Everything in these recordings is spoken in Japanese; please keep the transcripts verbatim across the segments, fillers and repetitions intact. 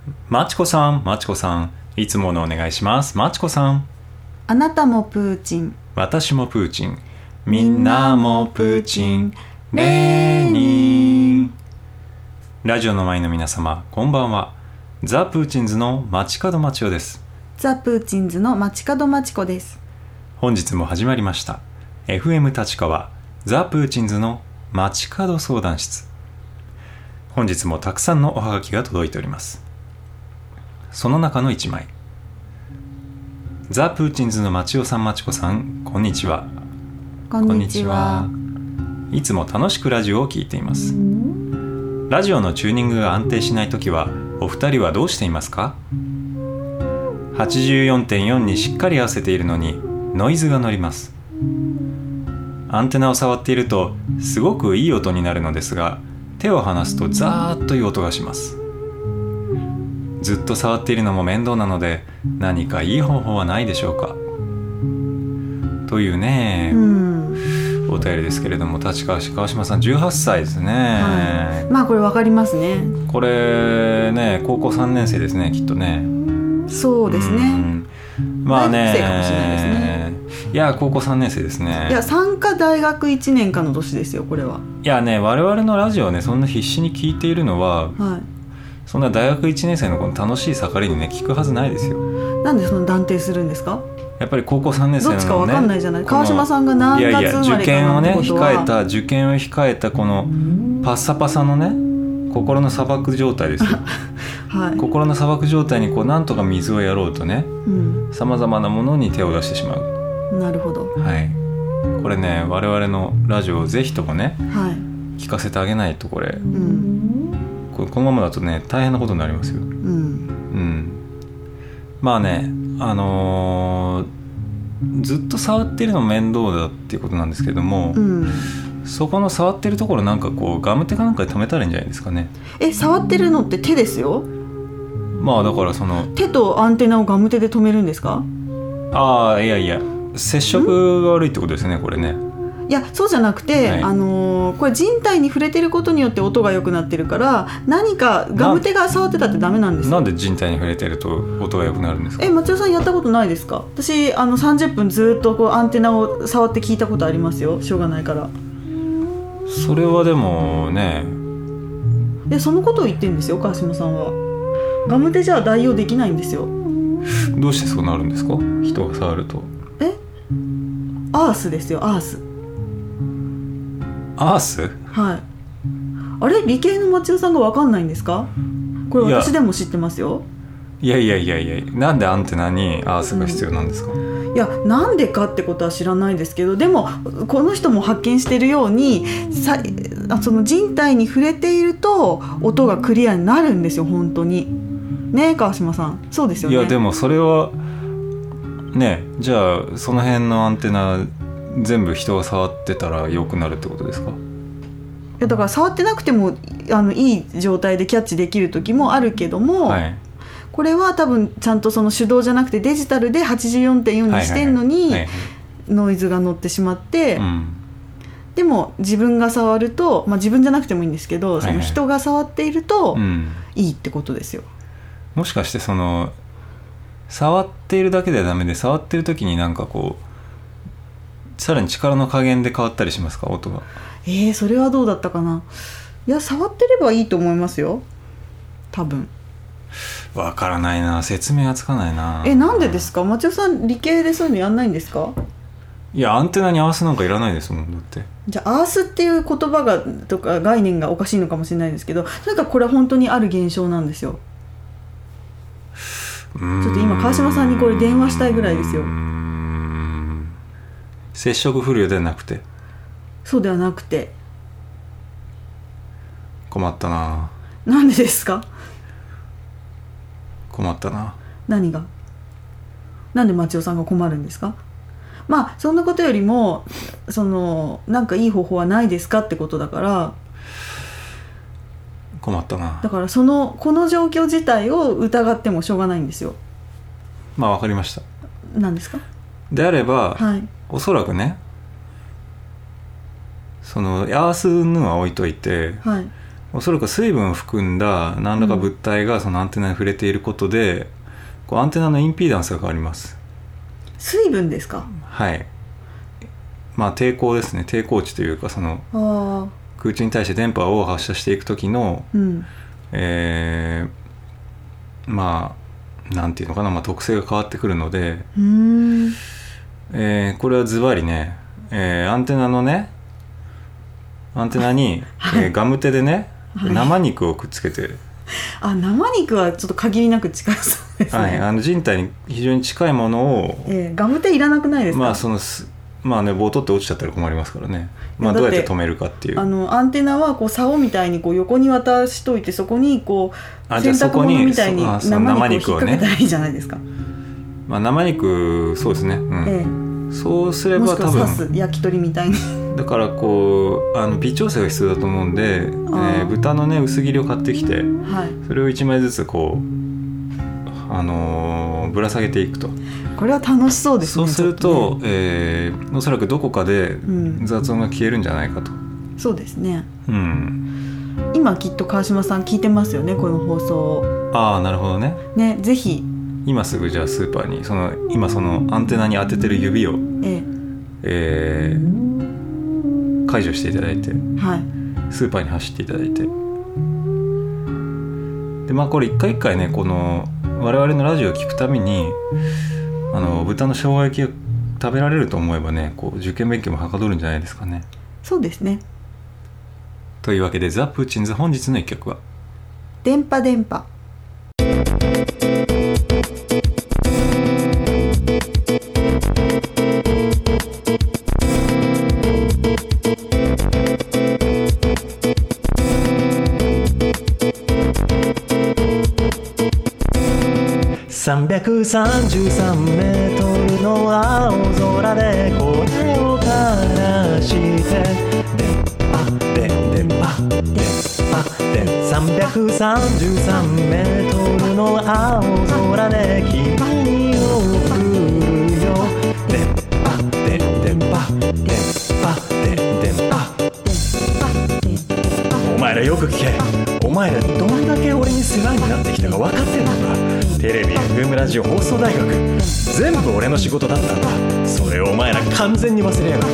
マチコさん、マチコさん、いつものお願いします。マチコさん。 あなたもプーチン、 私もプーチン、みんなもプーチン、レーニン。ラジオの前の皆様、こんばんは。ザ・プーチンズの街角マチオです。 ザ・プーチンズの街角マチコです。 本日も始まりました エフエム 立川ザ・プーチンズの街角相談室。本日もたくさんのおはがきが届いております。その中のいちまい。ザ・プーチンズのまちおさん、まちこさん、こんにちは。 こんにちは。 いつも楽しくラジオを聞いています。ラジオのチューニングが安定しないときはお二人はどうしていますか？ はちじゅうよんてんよん にしっかり合わせているのにノイズが乗ります。アンテナを触っているとすごくいい音になるのですが、手を離すとザーッという音がします。ずっと触っているのも面倒なので何かいい方法はないでしょうか、というね、うん、お便りですけれども、立川市川島さんじゅうはっさいですね、 はい、まあこれ分かりますね。 これね、高校さんねん生ですね、きっとね。 そうですね、うん、 まあね、 大学生かもしれないですね。 いや高校さんねん生ですね。 いや参加大学いちねんかの年ですよ、これは。 いやね、我々のラジオをねそんな必死に聞いているのは、はい、そんな大学いちねん生のこの楽しい盛りにね聞くはずないですよ。 なんでその断定するんですか？ やっぱり高校さんねん生のね、 どっちか分かんないじゃない。川島さんが何月生まれかなんてことは、 いやいや受験をね控えた受験を控えたこのパッサパサのね心の砂漠状態ですよ、はい、心の砂漠状態にこうなんとか水をやろうとね、さまざまなものに手を出してしまう。 なるほど、 はい、これね我々のラジオをぜひともね、はい、聞かせてあげないとこれ、うん、このままだとね大変なことになりますよ、うんうん、まあねあのー、ずっと触ってるの面倒だっていうことなんですけども、うん、そこの触ってるところなんかこうガムテかなんかで止めたらいいんじゃないですかね。 え、触ってるのって手ですよ。 まあだからその手とアンテナをガムテで止めるんですか？ ああ、いやいや接触が悪いってことですね、これね。 いやそうじゃなくて、はい、あのー、これ人体に触れてることによって音が良くなってるから、何かガムテが触ってたってダメなんですよ。 なんで人体に触れてると音が良くなるんですか？ え、松尾さんやったことないですか？私あのさんじゅっぷんずっとこうアンテナを触って聞いたことありますよ。しょうがないから。 それはでもね、 え、そのことを言ってるんですよ川島さんは。ガムテじゃ代用できないんですよ。 どうしてそうなるんですか？人が触ると。 え、アースですよ、アース。 アース？ はい。あれ、理系の町尾さんが分かんないんですか？これ私でも知ってますよ。 いやいやいやいや、なんでアンテナにアースが必要なんですか？うん、 いやなんでかってことは知らないですけど、でもこの人も発見しているようにさ、その人体に触れていると音がクリアになるんですよ、本当にね。川島さんそうですよね。 いやでもそれはね、じゃあその辺のアンテナ全部人が触ってたら良くなるってことですか？いやだから触ってなくてもあのいい状態でキャッチできる時もあるけども、はい、これは多分ちゃんとその手動じゃなくてデジタルで はちじゅうよんてんよん にしてんのにノイズが乗ってしまって、うん、でも自分が触ると、まあ、自分じゃなくてもいいんですけど、その人が触っているといいってことですよ、 うん、もしかしてその触っているだけではダメで、触ってる時になんかこうさらに力の加減で変わったりしますか、音が。 えー、それはどうだったかな。いや触ってればいいと思いますよ、多分。 わからないな、説明がつかないな。 え、なんでですか？町尾さん理系でそういうのやんないんですか？ いやアンテナに合わせなんかいらないですもん、だって。 じゃあアースっていう言葉がとか概念がおかしいのかもしれないですけど、なんかこれは本当にある現象なんですよ。ちょっと今川島さんにこれ電話したいぐらいですよ。うーん、 接触不良ではなくて。 そうではなくて。 困ったな。 なんでですか？ 困ったな。 何が？なんで町尾さんが困るんですか？まあそんなことよりもそのなんかいい方法はないですかってことだから。 困ったな。 だからそのこの状況自体を疑ってもしょうがないんですよ。 まあわかりました。 何ですか？ であれば、 はい、 おそらくね、そのアースヌは置いといて、はい、 おそらく水分を含んだ何らか物体がそのアンテナに触れていることで、うん、こうアンテナのインピーダンスが変わります。 水分ですか？ はい、まあ抵抗ですね。抵抗値というか、その空中に対して電波を発射していく時の、うん、えー、まあなんていうのかな、まあ、特性が変わってくるので、うーん、えー、これはズバリね、えー、アンテナのねアンテナに、はい、えー、ガムテでね、はい、生肉をくっつけて、 あ、生肉はちょっと限りなく近いそうですね、 はい、あの人体に非常に近いものを、 えー、ガムテいらなくないですか？ まあそのまあね、棒取って落ちちゃったら困りますからね、まあ、どうやって止めるかっていう。 あのアンテナはこう竿みたいにこう横に渡しといて、そこにこう洗濯物みたいに生肉を引っ掛けたらいいじゃないですか。 まあ、生肉そうですね、うん、ええ、そうすれば多分もしくは刺す焼き鳥みたいにだからこうあの微調整が必要だと思うんで、えー、豚のね薄切りを買ってきて、はい、それをいちまいずつこう、あのー、ぶら下げていくと。 これは楽しそうですね。 そうすると、ね、えー、おそらくどこかで雑音が消えるんじゃないかと、うん、 そうですね、うん、今きっと川島さん聞いてますよね、この放送を。 ああ、なるほどね。 ね、ぜひ今すぐじゃあスーパーにその今そのアンテナに当ててる指を、えええー、解除していただいて、はい、スーパーに走っていただいて、でまあこれ一回一回ね、この我々のラジオを聞くためにあの豚の生姜焼きを食べられると思えばね、こう受験勉強もはかどるんじゃないですかね。 そうですね。 というわけでザ・プーチンズ本日の一曲は電波電波。 さんびゃくさんじゅうさんメートルの青空で声を枯らして電波電電波電波電さんびゃくさんじゅうさんメートルの青空で君に送るよ電波電電波電波電電波。お前らよく聞け。お前らどんだけ俺に世話になってきたか分かってんのか。テレビ、エフエム ラジオ、放送大学全部俺の仕事だったんだ。それをお前ら完全に忘れやがって。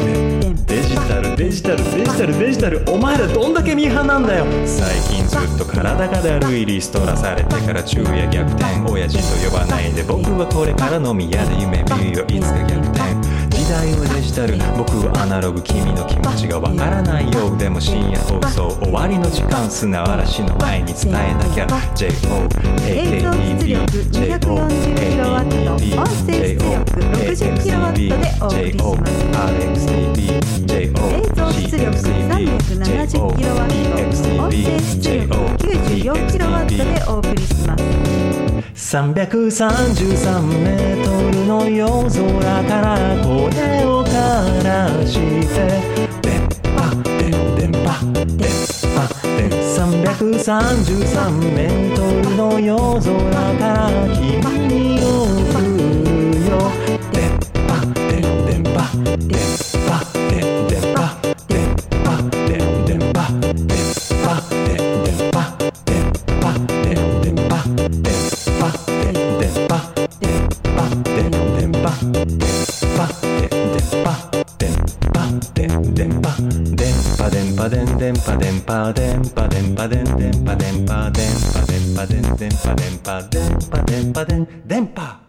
デジタルデジタルデジタルデジタル、お前らどんだけミーハーなんだよ。最近ずっと体がだるい、リストラされてから昼夜逆転。親父と呼ばないで、僕はこれからの宮で夢見るよ、いつか逆転。時代はデジタル、僕はアナログ、君の気持ちがわからないよ。でも深夜放送終わりの時間、砂嵐の前に伝えなきゃ。 ジェイオーエーケーティービー ジェイオーエーケーティービー 音声出力 ろくじゅっキロワット でお送りします。 映像出力 さんびゃくななじゅっキロワット、音声出力 きゅうじゅうよんキロワット でお送りします。さんびゃくさんじゅうさんメートルの夜空から声を枯らして電波電電波電波電さんびゃくさんじゅうさんメートルの夜空から君に送るよ電波電電波電波電電波電波電電波電波電電波電波電電波電波電電波電波電電波電波電電波電波電電波電波電波電電波電波電波電波電電波電波電波電波電電波電波電波電波電電波。